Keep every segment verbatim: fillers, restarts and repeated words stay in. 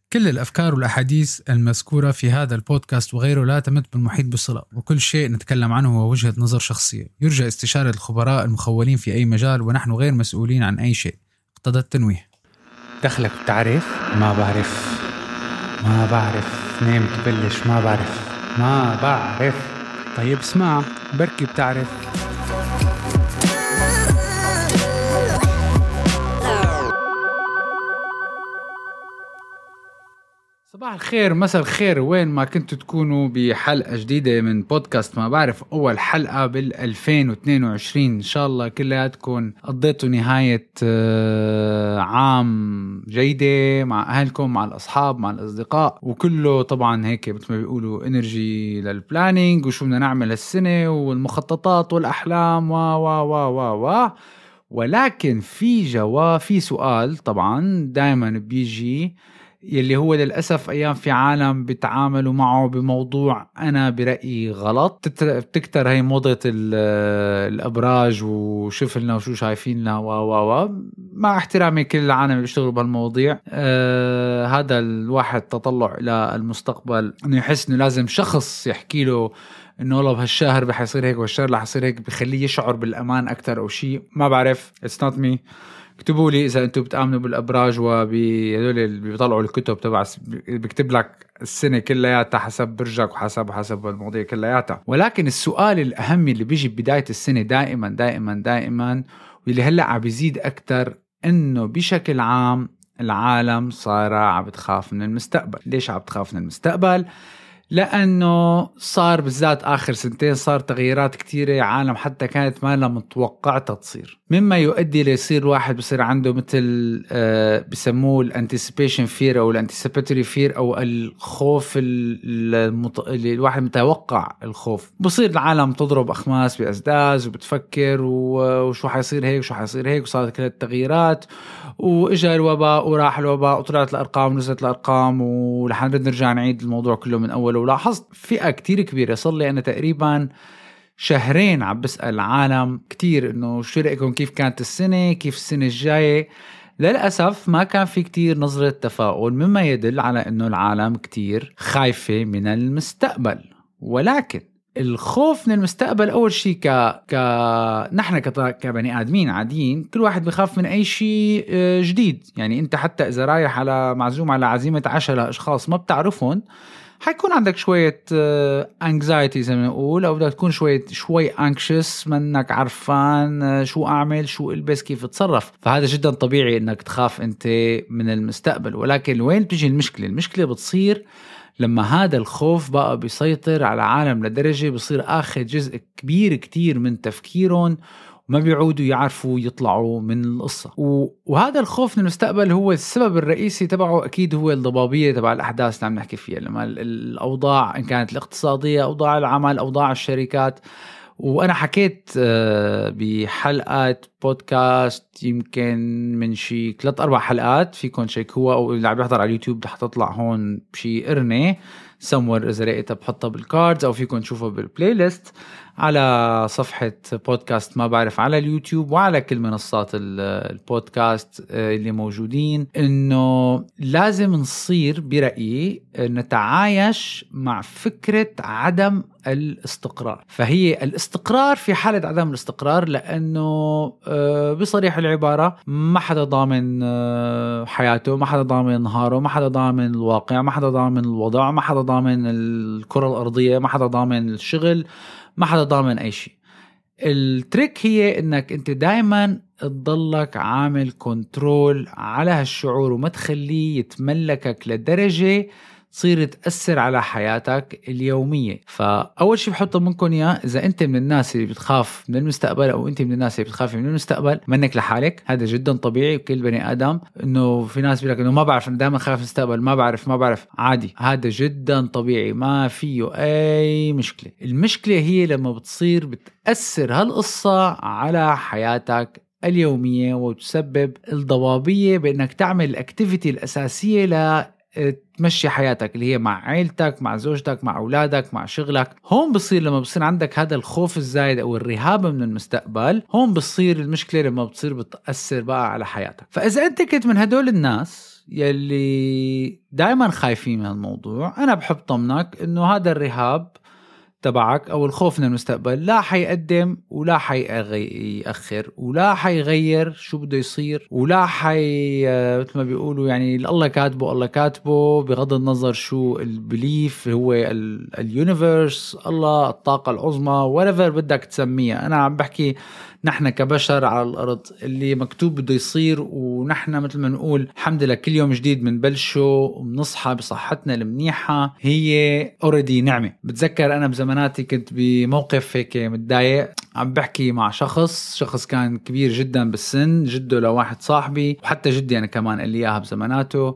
كل الأفكار والأحاديث المذكورة في هذا البودكاست وغيره لا تمت بالمحيط بصلة، وكل شيء نتكلم عنه هو وجهة نظر شخصية يرجى استشارة الخبراء المخولين في أي مجال، ونحن غير مسؤولين عن أي شيء. اقتضى التنويه. دخلك بتعرف؟ ما بعرف ما بعرف نام تبلش ما بعرف ما بعرف طيب اسمع، بركي بتعرف. صباح الخير، مساء الخير، وين ما كنتوا تكونوا بحلقة جديدة من بودكاست ما بعرف، أول حلقة بالألفين واثنين وعشرين. إن شاء الله كلياتكم قضيتوا نهاية عام جيدة مع أهلكم، مع الأصحاب، مع الأصدقاء، وكله طبعا هيك مثل ما بيقولوا إنرجي للبلانينج وشو بدنا نعمل السنة والمخططات والأحلام و و و و و ولكن في جواب، في سؤال طبعا دائما بيجي، يلي هو للأسف أيام في عالم بيتعاملوا معه بموضوع أنا برأيي غلط. بتكتر هاي موضة الأبراج وشفلنا وشو شايفيننا و و و مع احترامي كل العالم اللي بيشتغلوا بهالمواضيع. آه هذا الواحد تطلع إلى المستقبل إنه يحس إنه لازم شخص يحكي له إنه والله بهالشهر بحيصير هيك والشهر رح يصير هيك، بخليه يشعر بالأمان أكتر أو شيء. ما بعرف، it's not me. اكتبوا لي إذا أنتوا بتآمنوا بالأبراج وبيدول اللي بيطلعوا الكتب تبع بيكتب لك السنة كلها حسب برجك وحسب حسب المواضيع كلها. ولكن السؤال الأهم اللي بيجي بداية السنة دائما دائما دائما واللي هلأ عم بيزيد أكتر، إنه بشكل عام العالم صار عم بتخاف من المستقبل. ليش عم بتخاف من المستقبل؟ لأنه صار بالذات آخر سنتين صار تغييرات كتيرة، عالم حتى كانت ما لها متوقعتها تصير، مما يؤدي ليصير واحد بصير عنده مثل آه بسموه الانتيسيبيشن فير أو الانتيسيباتوري فير أو الخوف المت... اللي الواحد متوقع الخوف. بصير العالم تضرب أخماس بأسداز وبتفكر وشو حيصير هيك وشو حيصير هيك، وصارت كل التغييرات وإجا الوباء وراح الوباء وطلعت الأرقام ونزلت الأرقام، ولحن نرجع نعيد الموضوع كله من أوله. ولاحظت فئة كتير كبيرة، صار لي أنا تقريبا شهرين عم بسأل العالم كتير إنه شو رأيكم، كيف كانت السنة، كيف السنة الجاية. للأسف ما كان في كتير نظرة تفاؤل، مما يدل على إنه العالم كتير خايفة من المستقبل. ولكن الخوف من المستقبل أول شيء ك... ك... نحن ك... كبني آدمين عاديين كل واحد بيخاف من أي شيء جديد. يعني أنت حتى إذا رايح على معزوم على عزيمة عشاء لأشخاص ما بتعرفهم، حيكون عندك شوية anxiety زي ما نقول، أو بدك تكون شوية شوي anxious، منك عرفان شو أعمل، شو ألبس، كيف اتصرف. فهذا جدا طبيعي إنك تخاف أنت من المستقبل. ولكن وين بتجي المشكلة؟ المشكلة بتصير لما هذا الخوف بقى بيسيطر على العالم لدرجة بيصير آخذ جزء كبير كتير من تفكيرهم، وما بيعودوا يعرفوا يطلعوا من القصة. وهذا الخوف من المستقبل هو السبب الرئيسي تبعه أكيد هو الضبابية تبع الأحداث اللي عم نحكي فيها، لما الأوضاع إن كانت الاقتصادية، أوضاع العمل، أوضاع الشركات. وأنا حكيت بحلقات بودكاست يمكن من شي ثلاث أربع حلقات، فيكن شيكوها أو اللي عم بيحضر على اليوتيوب رح تطلع هون بشي قرنة somewhere إذا لقيتها بحطها بالكاردز، أو فيكن تشوفها بالبلاي ليست على صفحة بودكاست ما بعرف على اليوتيوب وعلى كل منصات البودكاست اللي موجودين. إنه لازم نصير برأيي نتعايش مع فكرة عدم الاستقرار. فهي الاستقرار في حالة عدم الاستقرار، لأنه بصريح العبارة ما حدا ضامن حياته، ما حدا ضامن نهاره، ما حدا ضامن الواقع، ما حدا ضامن الوضع، ما حدا ضامن الكرة الأرضية، ما حدا ضامن الشغل، ما حدا ضامن أي شيء. التريك هي إنك أنت دايما تضلك عامل كنترول على هالشعور وما تخليه يتملكك لدرجة تصير تأثر على حياتك اليومية. فأول شيء بحطه منكم إياه، إذا أنت من الناس اللي بتخاف من المستقبل أو أنت من الناس اللي بتخاف من المستقبل، منك لحالك. هذا جدا طبيعي وكل بني آدم. إنه في ناس بيقولك إنه ما بعرف، أنا دائما خايف من المستقبل، ما بعرف ما بعرف عادي، هذا جدا طبيعي، ما فيه أي مشكلة. المشكلة هي لما بتصير بتأثر هالقصة على حياتك اليومية وتسبب الضبابية بأنك تعمل الأكتيفيتي الأساسية ل تمشي حياتك، اللي هي مع عائلتك، مع زوجتك، مع أولادك، مع شغلك. هون بصير لما بصير عندك هذا الخوف الزايد أو الرهاب من المستقبل، هون بصير المشكلة لما بتصير بتأثر بقى على حياتك. فإذا أنت كنت من هدول الناس يلي دائما خايفين من الموضوع، أنا بحب طمنك إنه هذا الرهاب تبعك أو الخوف من المستقبل لا حيقدم ولا حيأخر ولا حيغير شو بده يصير ولا حي مثل ما بيقولوا يعني الله كاتبه الله كاتبه، بغض النظر شو البليف هو اليونيفرس الله الطاقة العظمى whatever بدك تسميها. أنا عم بحكي نحن كبشر على الأرض اللي مكتوب بده يصير، ونحن مثل ما نقول الحمد لله كل يوم جديد منبلشه ومنصحى بصحتنا المنيحة، هي already نعمة. بتذكر أنا بزماناتي كنت بموقف هيك متضايق، عم بحكي مع شخص شخص كان كبير جدا بالسن، جده لواحد صاحبي وحتى جدي أنا كمان قال لي إياها بزماناته،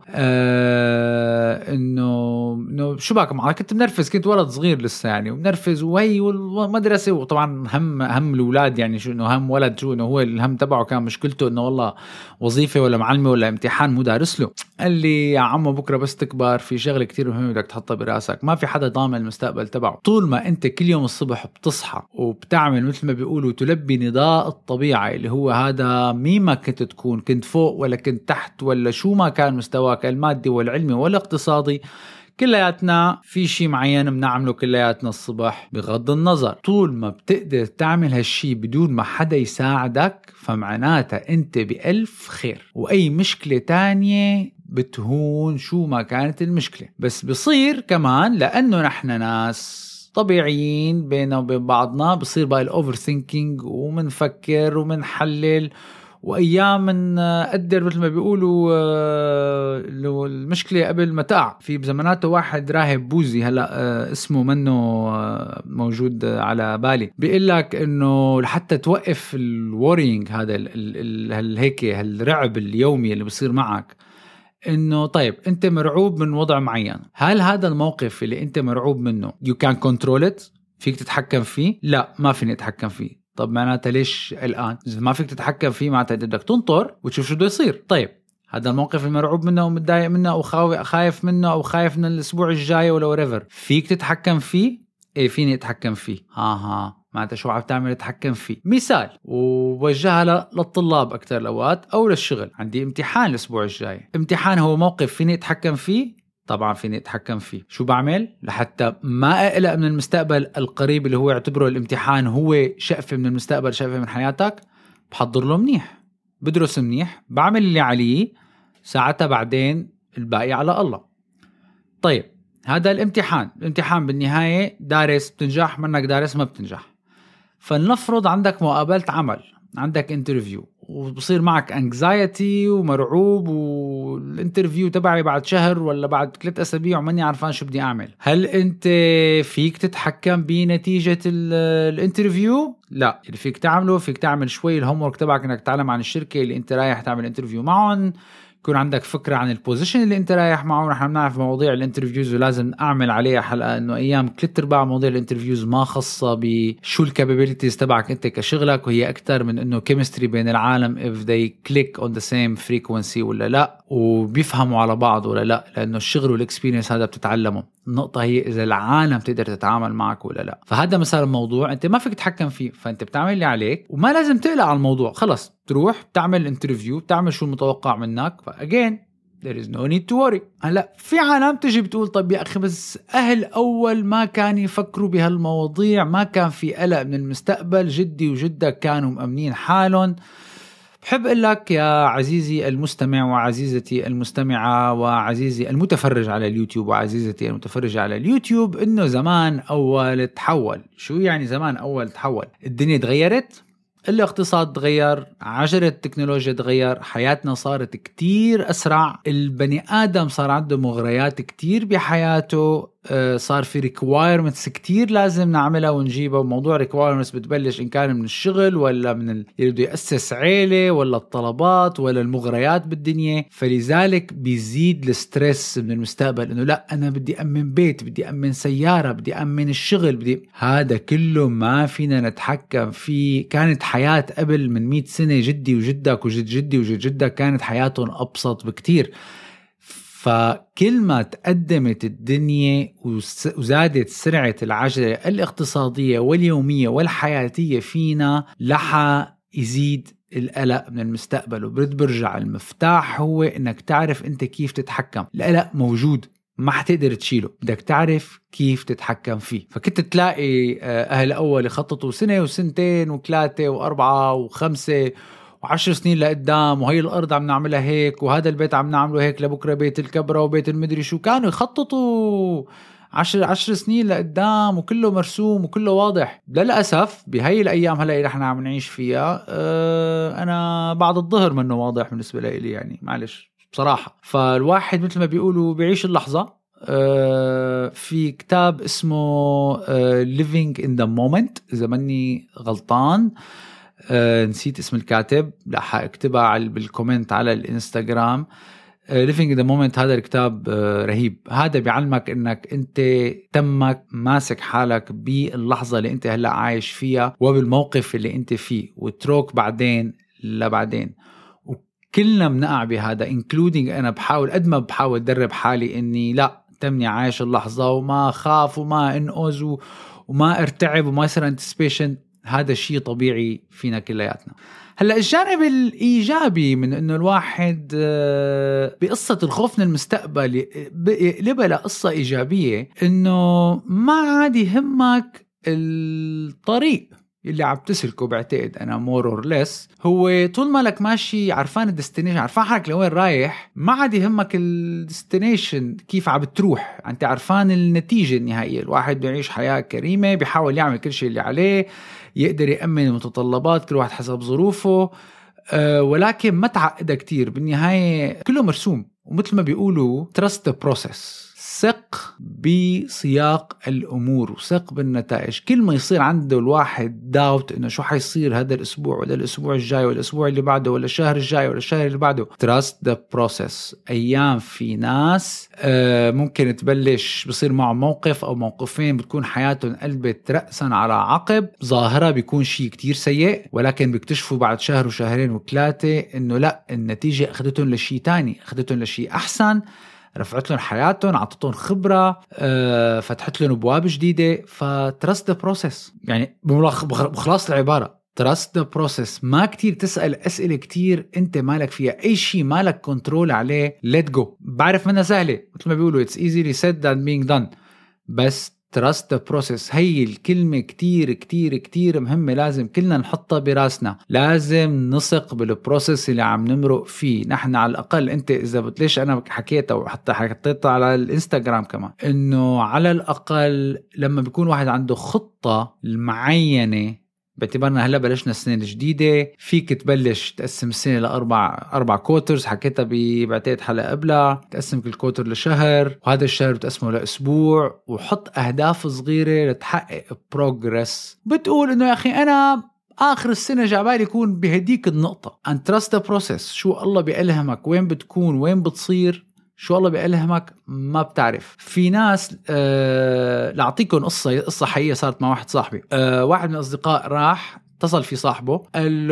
آه إنه إنه شو بك معك، كنت منرفز، كنت ولد صغير لسه يعني ومنرفز وهي والمدرسة، وطبعا هم هم الأولاد يعني شو إنه هم ولد شو إنه هو الهم تبعه كان مشكلته إنه والله وظيفة ولا معلمة ولا امتحان مو دارس له. قال لي يا عمو بكرة بس تكبر في شغلة كتير مهمة بدك تحطها براسك، ما في حدا ضامن المستقبل تبعه. طول ما أنت كل يوم الصبح بتصحى وبتعمل مثل ما بيقولوا تلبي نداء الطبيعة اللي هو هذا مين ما كنت تكون، كنت فوق ولا كنت تحت ولا شو ما كان مستواك المادي والعلمي ولا اقتصادي، كلياتنا في شيء معين بنعمله كلياتنا الصبح. بغض النظر طول ما بتقدر تعمل هالشي بدون ما حدا يساعدك فمعناتها انت بألف خير، واي مشكلة تانية بتهون شو ما كانت المشكلة. بس بصير كمان لانه نحن ناس طبيعيين بيننا وبين بعضنا بصير بقى الأوفر ثينكينج ومنفكر ومنحلل، وأيام من قدر مثل ما بيقولوا لو المشكلة قبل ما تقع. في بزماناته واحد راهب بوذي هلأ اسمه منه موجود على بالي، بيقول لك إنه لحتى توقف الورينج هذا هيك هالرعب اليومي اللي بصير معك، إنه طيب أنت مرعوب من وضع معين، هل هذا الموقف اللي أنت مرعوب منه you can control it؟ فيك تتحكم فيه؟ لا ما فيني أتحكم فيه. طب معناتها ليش الآن؟ إذا ما فيك تتحكم فيه معناتها بدك تنطر وتشوف شو بده يصير. طيب هذا الموقف المرعوب منه ومتضايق منه أو خايف منه أو خايف من الأسبوع الجاي ولا whatever، فيك تتحكم فيه؟ إيه فيني أتحكم فيه. ها ها معناتها شو عم تعمل أتحكم فيه. مثال ووجهها للطلاب أكتر الأوقات أو للشغل، عندي امتحان الأسبوع الجاي، امتحان هو موقف فيني أتحكم فيه؟ طبعا فيني أتحكم فيه. شو بعمل لحتى ما أقلق من المستقبل القريب اللي هو يعتبره الامتحان هو شقفة من المستقبل، شقفة من حياتك؟ بحضر له منيح، بدرس منيح، بعمل اللي عليه، ساعتها بعدين الباقي على الله. طيب هذا الامتحان، الامتحان بالنهاية دارس بتنجح، منك دارس ما بتنجح. فلنفرض عندك مقابلة عمل، عندك انترفيو وبصير معك انكزايتي ومرعوب والانترفيو تبعي بعد شهر ولا بعد ثلاث أسابيع وماني عارفان شو بدي أعمل. هل أنت فيك تتحكم بنتيجة الانترفيو؟ لا، اللي فيك تعمله فيك تعمل شوي الهومورك تبعك انك تعلم عن الشركة اللي انت رايح تعمل انترفيو معهم، يكون عندك فكرة عن البوزيشن اللي انت رايح معه. نحن بنعرف مواضيع الانترفيوز ولازم اعمل عليها حلقة، انه ايام ثلاث ارباع مواضيع الانترفيوز ما خاصة بشو الكابابيلتيز تبعك انت كشغلك، وهي اكتر من انه كيمستري بين العالم if they click on the same frequency ولا لا، وبيفهموا على بعض ولا لا، لانه الشغل والاكسبيرينس هذا بتتعلمه. النقطة هي اذا العالم تقدر تتعامل معك ولا لا. فهذا مثلا الموضوع انت ما فيك تتحكم فيه، فانت بتعمل اللي عليك وما لازم تقلق على الموضوع. خلص تروح تعمل انترفيو، تعمل شو المتوقع منك، فاجين there is no need to worry. هلا في عالم تجي بتقول طب يا أخي بس أهل أول ما كانوا يفكروا بهالمواضيع، ما كان في قلق من المستقبل، جدي وجدك كانوا مأمنين حالهم. بحب أقول لك يا عزيزي المستمع وعزيزتي المستمعة وعزيزي المتفرج على اليوتيوب وعزيزتي المتفرجة على اليوتيوب إنه زمان أول تحول. شو يعني زمان أول تحول؟ الدنيا تغيرت، الاقتصاد تغير، عجلة التكنولوجيا تغير، حياتنا صارت كتير أسرع، البني آدم صار عنده مغريات كتير بحياته، صار في requirements كتير لازم نعملها ونجيبها. موضوع requirements بتبلش إن كان من الشغل ولا من اللي بده يأسس عيلة ولا الطلبات ولا المغريات بالدنيا. فلذلك بيزيد الستريس من المستقبل، إنه لا أنا بدي أمن بيت، بدي أمن سيارة، بدي أمن الشغل، بدي هذا كله ما فينا نتحكم فيه. كانت حياة قبل من مئة سنة جدي وجدك وجد جدي وجد جدك كانت حياتهم أبسط بكتير. فكل ما تقدمت الدنيا وزادت سرعة العجلة الاقتصادية واليومية والحياتية فينا، لحا يزيد القلق من المستقبل. وبرد برجع المفتاح هو انك تعرف انت كيف تتحكم. القلق موجود ما حتقدر تشيله، بدك تعرف كيف تتحكم فيه. فكنت تلاقي اهل اول يخططوا سنة وسنتين وثلاثة واربعة وخمسة وعشر سنين لقدام، وهي الارض عم نعملها هيك، وهذا البيت عم نعمله هيك لبكرة، بيت الكبرة وبيت المدري شو. كانوا يخططوا عشر عشر سنين لقدام وكله مرسوم وكله واضح. للأسف بهاي الأيام هلأ اللي احنا عم نعيش فيها أه أنا بعد الظهر منه واضح بالنسبة لي، يعني معلش بصراحة. فالواحد مثل ما بيقولوا بيعيش اللحظة. أه في كتاب اسمه أه Living in the Moment إذا مني غلطان، أه نسيت اسم الكاتب، لا حاكتبها على بالكومنت على الانستغرام. Living in the Moment هذا الكتاب رهيب. هذا بيعلمك انك انت تمك ماسك حالك باللحظة اللي انت هلأ عايش فيها وبالموقف اللي انت فيه، وتروك بعدين لبعدين. وكلنا بنقع بهذا including انا. بحاول قد ما بحاول ادرب حالي اني لا تمني عايش اللحظة وما خاف وما انقذ وما ارتعب وما يصير anticipation. هذا شيء طبيعي فينا كلياتنا. هلأ الجانب الإيجابي من إنه الواحد بقصة الخوف من المستقبل يقلبها لقصة إيجابية، إنه ما عاد يهمك الطريق اللي عم تسلكه. بعتقد أنا more or less هو طول ما لك ماشي عرفان الديستنيشن، عرفان حالك لوين رايح، ما عاد يهمك الديستنيشن كيف عم بتروح، أنت عرفان النتيجة النهائية. الواحد بيعيش حياة كريمة، بيحاول يعمل كل شيء اللي عليه، يقدر يأمن المتطلبات كل واحد حسب ظروفه، أه ولكن ما تعقدها كتير. بالنهاية كله مرسوم، ومثل ما بيقولوا trust the process. ثق بسياق الأمور وثق بالنتائج. كل ما يصير عنده الواحد داوت إنه شو حيصير هذا الأسبوع ولا الأسبوع الجاي ولا الأسبوع اللي بعده ولا الشهر الجاي ولا الشهر اللي بعده، trust the process. أيام في ناس آه ممكن تبلش بصير معه موقف أو موقفين بتكون حياتهم قلبت رأسا على عقب، ظاهرة بيكون شيء كتير سيء، ولكن بيكتشفوا بعد شهر وشهرين وثلاثة إنه لا، النتيجة أخذتهم لشيء تاني، أخذتهم لشيء أحسن، رفعت لهم حياتهم، عطتهم خبرة، أه، فتحت لهم أبواب جديدة. فترست the process. يعني بخلاص العبارة trust the process. ما كتير تسأل أسئلة كتير انت مالك فيها، اي شيء مالك كنترول عليه let go. بعرف منها سهلة، مثل ما بيقولوا it's easily said than being done، بس trust the process هي الكلمة كتير كتير كتير مهمة. لازم كلنا نحطها براسنا، لازم نثق بالبروسيس اللي عم نمرق فيه. نحن على الأقل انت اذا بتليش انا حكيتها وحتى حكيتها على الانستغرام كمان، انه على الأقل لما بيكون واحد عنده خطة معينة، باعتبارنا هلا بلشنا السنة الجديدة، فيك تبلش تقسم السنة لأربع أربع كوترز. حكيتها بعتقد حلقة قبلها، تقسم كل كوتر لشهر، وهذا الشهر بتقسمه لأسبوع، وحط أهداف صغيرة لتحقق بروجرس. بتقول إنه يا أخي أنا آخر السنة جعبالي يكون بهديك النقطة. and trust the process. شو الله بيألهمك، وين بتكون، وين بتصير، شو الله بيألهمك ما بتعرف. في ناس أه... لأعطيكم قصة قصة حقيقية صارت مع واحد صاحبي. أه... واحد من الأصدقاء راح اتصل في صاحبه، قال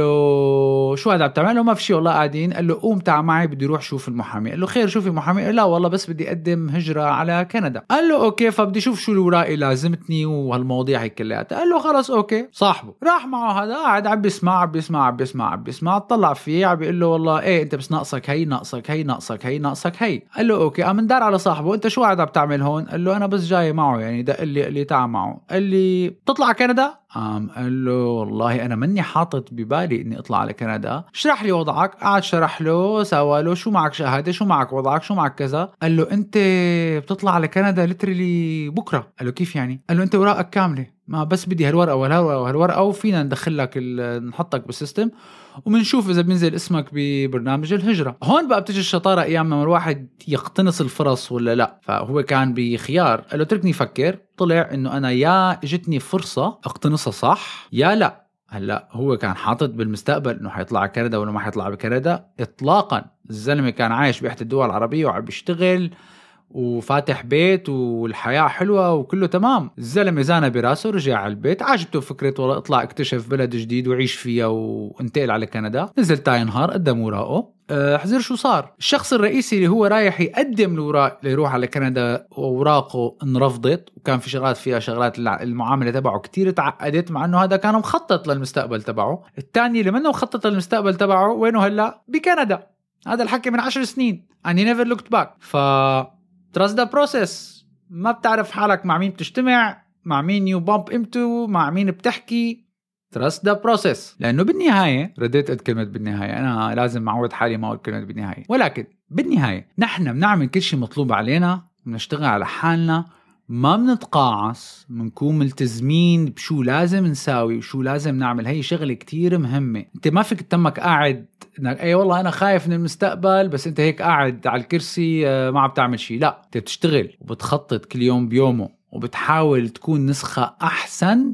له شو هذا بتعمله؟ ما في شيء والله قاعدين. قال له قوم تعال معي بدي روح شوف المحامي. قال له خير شوفي محامي؟ قال لا والله بس بدي أقدم هجرة على كندا. قال له أوكي، فبدي شوف شو الوراء لازمتني وهالمواضيع هي كلها. قال له خلاص أوكي. صاحبه راح معه، هذا قاعد عم بيسمع عم بيسمع عم بيسمع عم بيسمع طلع فيه عم بيقول له والله إيه أنت بس ناقصك هي ناقصك هي ناقصك هي ناقصك هي. قال له أوكي. قام ندار على صاحبه، أنت شو قاعد عم تعمل هون؟ قال له أنا بس جاي معه يعني، ده اللي اللي تعال معه. قال لي تطلع كندا؟ قام قال له والله أنا مني حاطط ببالي إني أطلع على كندا، اشرح لي وضعك. قعد شرح له، سوى له شو معك شهادة، شو معك وضعك، شو معك كذا. قال له أنت بتطلع على كندا لترلي بكرة. قال له كيف يعني؟ قال له أنت وراءك كاملة، ما بس بدي هالورقة وهالورقة وهالورقة، وفينا ندخل لك نحطك بالسيستم ومنشوف إذا بنزل اسمك ببرنامج الهجرة. هون بقى بتجي الشطارة أيام ما الواحد يقتنص الفرص ولا لا. فهو كان بخيار، قال له تركني فكر. طلع إنه أنا يا جتني فرصة اقتنصها صح يا لا. هلا هو كان حاطط بالمستقبل إنه حيطلع كندا ولا ما حيطلع بكندا إطلاقا. الزلمة كان عايش بإحدى الدول العربية وعم بيشتغل وفاتح بيت والحياة حلوة وكله تمام. الزلمة زانه براسه، رجع على البيت، عجبته فكرة والله اطلع اكتشف بلد جديد وعيش فيها وانتقل على كندا. نزل تاي نهار قدم وراءه، أه حزر شو صار؟ الشخص الرئيسي اللي هو رايح يقدم الأوراق ليروح على كندا وأوراقه انرفضت، وكان في شغلات فيها شغلات المعاملة تبعه كتير تعقدت، مع أنه هذا كان مخطط للمستقبل تبعه. الثاني اللي منه مخطط للمستقبل تبعه وينه هلأ؟ بكندا. هذا الحكي من عشر سنين and he never looked back. ف trust the process. ما بتعرف حالك مع مين بتجتمع، مع مين you bump into، مع مين بتحكي. trust the process. لأنه بالنهاية رديت قد كلمة بالنهاية، أنا لازم معود حالي ما أقول كلمة بالنهاية، ولكن بالنهاية نحن بنعمل كل شيء مطلوب علينا، بنشتغل على حالنا، ما بنتقاعس، بنكون ملتزمين بشو لازم نساوي وشو لازم نعمل. هي شغلة كتير مهمة. انت ما فيك تمك قاعد انك اي والله انا خايف من المستقبل بس انت هيك قاعد على الكرسي ما عم تعمل شيء. لا، انت بتشتغل وبتخطط كل يوم بيومه وبتحاول تكون نسخة احسن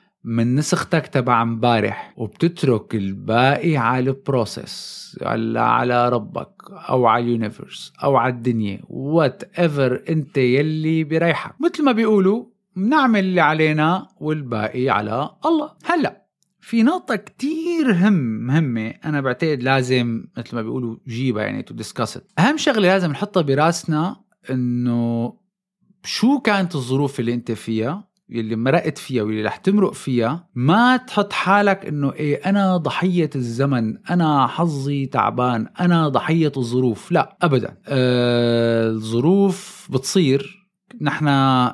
من نسختك تبع امبارح، وبتترك الباقي على البروسيس، على على ربك او على اليونيفرس او على الدنيا وات ايفر انت يلي بريحك. مثل ما بيقولوا بنعمل اللي علينا والباقي على الله. هلا في نقطة كتير هم مهمة أنا بعتقد لازم مثل ما بيقولوا جيبها يعني to discuss it. أهم شغلة لازم نحطها براسنا إنه شو كانت الظروف اللي أنت فيها، اللي مرقت فيها واللي رح تمرق فيها. ما تحط حالك إنه إيه أنا ضحية الزمن، أنا حظي تعبان، أنا ضحية الظروف. لا أبدا. آه الظروف بتصير. نحن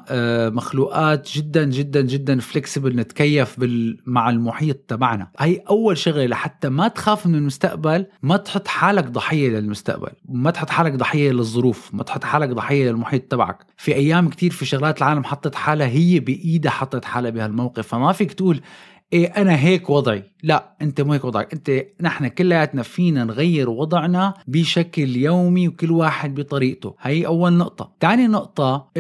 آه مخلوقات جدا جدا جدا فليكسبل، نتكيف بال مع المحيط تبعنا. هاي أول شغلة لحتى ما تخاف من المستقبل. ما تحط حالك ضحية للمستقبل، ما تحط حالك ضحية للظروف، ما تحط حالك ضحية للمحيط تبعك. في أيام كتير في شغلات العالم حطت حالها هي بإيدها، حطت حالها بهالموقف. فما فيك تقول إيه أنا هيك وضعي. لا، أنت مو هيك وضعك. أنت نحن كلياتنا فينا نغير وضعنا بشكل يومي وكل واحد بطريقته. هاي أول نقطة. تاني نقطة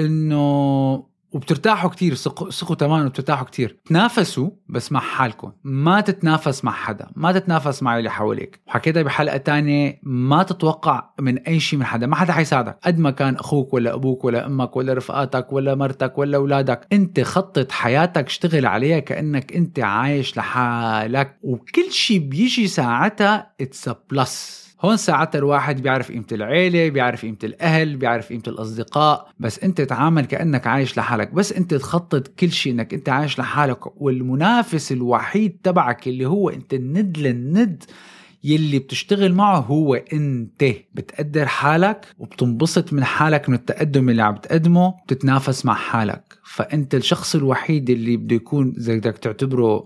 إنه وبترتاحوا كتير، سقوا سقوا تمام وبترتاحوا كتير. تنافسوا بس مع حالكم، ما تتنافس مع حدا، ما تتنافس مع اللي حواليك. وحكيتها بحلقة تانية، ما تتوقع من أي شيء من حدا. ما حدا حيساعدك قد ما كان أخوك ولا أبوك ولا أمك ولا رفقاتك ولا مرتك ولا أولادك. أنت خطط حياتك، اشتغل عليها كأنك أنت عايش لحالك، وكل شيء بيجي ساعتها it's a plus. هون ساعتها الواحد بيعرف قيمة العيلة، بيعرف قيمة الأهل، بيعرف قيمة الأصدقاء. بس أنت تعامل كأنك عايش لحالك، بس أنت تخطط كل شيء أنك أنت عايش لحالك. والمنافس الوحيد تبعك اللي هو أنت الند للند يلي بتشتغل معه هو أنت. بتقدر حالك وبتنبسط من حالك، من التقدم اللي عم بتقدمه، بتتنافس مع حالك. فأنت الشخص الوحيد اللي بده يكون زي بدك تعتبره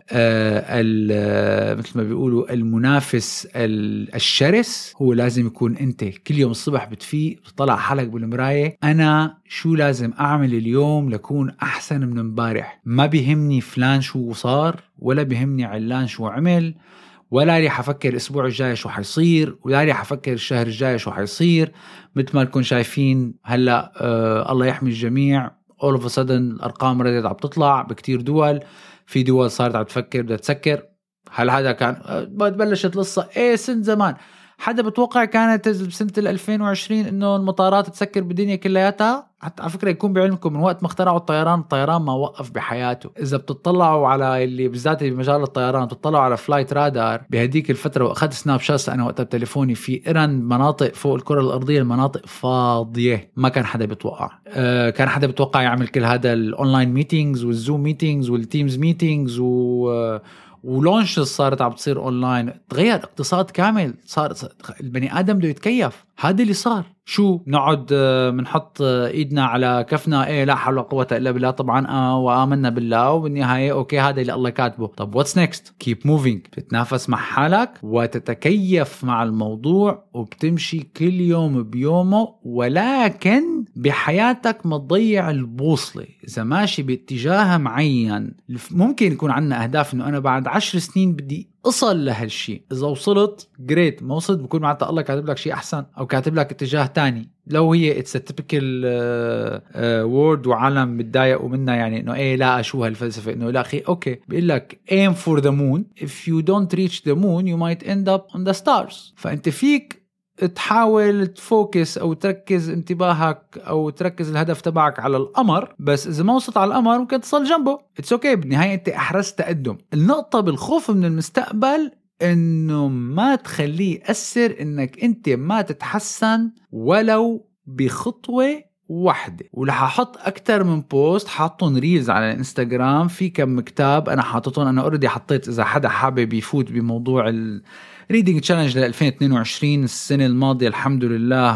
آه مثل ما بيقولوا المنافس الشرس، هو لازم يكون أنت. كل يوم الصبح بتفيق بتطلع حالك بالمراية، أنا شو لازم أعمل اليوم لكون أحسن من امبارح. ما بيهمني فلان شو صار، ولا بيهمني علان شو عمل، ولا رح أفكر الأسبوع الجاي شو حيصير، ولا رح أفكر الشهر الجاي شو حيصير. مثل ما نكون شايفين هلأ آه الله يحمي الجميع، all of a sudden الأرقام ردت عم تطلع بكتير دول. في دول صارت عم تفكر بدها تسكر. هل هذا كان آه بلشت لصة إيه سن زمان؟ حدا بتوقع كانت بسنة ألفين وعشرين إنه المطارات تسكر بالدنيا كلياتها؟ حتى على فكرة يكون بعلمكم من وقت ما اخترعوا الطيران، الطيران ما وقف بحياته. إذا بتطلعوا على اللي بالذات بمجال الطيران، بتطلعوا على فلايت رادار بهديك الفترة، وأخذت سناب شات أنا وقتها بتليفوني، في إيران مناطق فوق الكرة الأرضية المناطق فاضية، ما كان حدا بيتوقع. أه كان حدا بيتوقع يعمل كل هذا الأونلاين ميتينجز والزوم ميتينجز والتيمز ميتينجز و ولونش صارت عم تصير اونلاين. تغير اقتصاد كامل، صار البني ادم بده يتكيف. هذا اللي صار. شو نقعد بنحط ايدنا على كفنا ايه لا حول ولا قوه الا بالله؟ طبعا اه وامنا بالله، وبالنهايه اوكي هذا اللي الله كاتبه. طب واتس نيكست؟ كيب موفينج. بتتنافس مع حالك وتتكيف مع الموضوع، وبتمشي كل يوم بيومه، ولكن بحياتك ما تضيع البوصله. اذا ماشي باتجاه معين، ممكن يكون عندنا اهداف انه انا بعد عشر سنين بدي اصل لهالشيء. اذا وصلت جريت، ما وصلت بكون معناتها الله كاتب لك شيء احسن او كاتب لك اتجاه تاني. لو هي اتس تيبيكال وورد وعالم بتضايقوا منها، يعني انه ايه لا شو هالفلسفه، انه لا اخي اوكي بيقول لك aim for the moon, if you don't reach the moon you might end up on the stars. فانت فيك تحاول تفوكس او تركز انتباهك او تركز الهدف تبعك على القمر، بس اذا ما وصلت على القمر ممكن تصل جنبه. اتس اوكي، بالنهايه انت احرزت تقدم. النقطه بالخوف من المستقبل إنه ما تخليه يأثر إنك أنت ما تتحسن ولو بخطوة واحدة. ولح أحط أكتر من بوست، حاطون ريلز على الانستغرام في كم كتاب أنا حاططون. أنا أوريدي حطيت إذا حدا حابب يفوت بموضوع ال reading challenge ل ألفين واثنين وعشرين السنة الماضية الحمد لله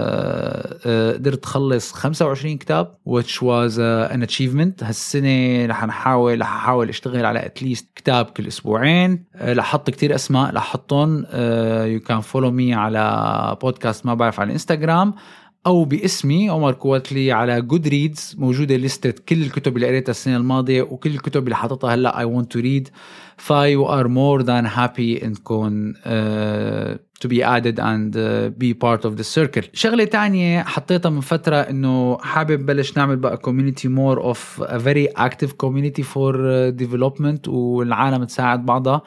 قدرت خلص خمسة وعشرين كتاب which was an achievement. هالسنة رح نحاول رح أحاول أشتغل على at least كتاب كل أسبوعين. رح أحط كتير أسماء رح أحطهم. you can follow me على بودكاست ما بعرف على الانستغرام أو باسمي عمر كواتلي على جود ريدز. موجودة لستة كل الكتب اللي قريتها السنة الماضية وكل الكتب اللي حطتها هلأ I want to read. ف you are more than happy إنكم uh, to be added and uh, be part of the circle. شغلة تانية حطيتها من فترة إنه حابب بلش نعمل بقى community more of a very active community for uh, development والعالم تساعد بعضها.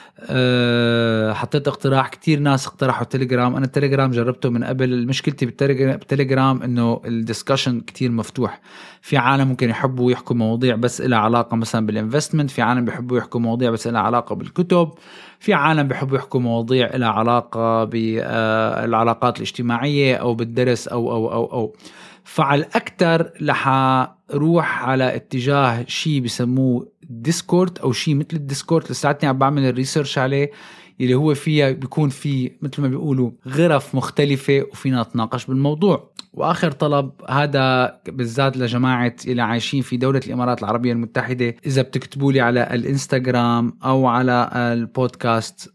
أه حطيت اقتراح، كتير ناس اقترحوا تليجرام. انا التليجرام جربته من قبل. مشكلتي بالتليجرام انه الديسكشن كتير مفتوح. في عالم ممكن يحبوا يحكوا مواضيع بس لها علاقة مثلا بالانفستمنت، في عالم بيحبوا يحكوا مواضيع بس لها علاقة بالكتب، في عالم بيحبوا يحكوا مواضيع لها علاقة بالعلاقات الاجتماعية او بالدرس او او او او فعل اكتر لح روح على اتجاه شيء بيسموه ديسكورد او شيء مثل الديسكورد. لساعتني عم بعمل الريسيرش عليه اللي هو فيها بيكون في مثل ما بيقولوا غرف مختلفة وفينا نتناقش بالموضوع. واخر طلب هذا بالذات لجماعة اللي عايشين في دولة الامارات العربية المتحدة، اذا بتكتبوا لي على الانستغرام او على البودكاست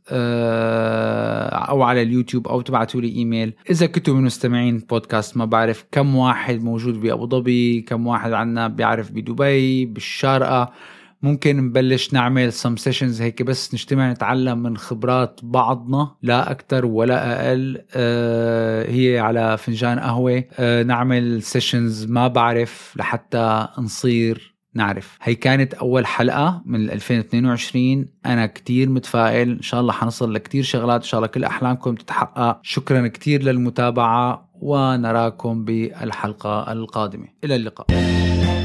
او على اليوتيوب او تبعتوا لي ايميل اذا كنتوا من مستمعين بودكاست ما بعرف كم واحد موجود بأبو ظبي، كم واحد عنا بيعرف بدبي بالشارقة، ممكن نبلش نعمل some sessions هيك بس نجتمع نتعلم من خبرات بعضنا لا أكتر ولا أقل. آه هي على فنجان قهوة. آه نعمل sessions ما بعرف لحتى نصير نعرف. هي كانت أول حلقة من ألفين واثنين وعشرين. أنا كتير متفائل، إن شاء الله حنصل لكتير شغلات، إن شاء الله كل أحلامكم تتحقق. شكرا كتير للمتابعة ونراكم بالحلقة القادمة. إلى اللقاء.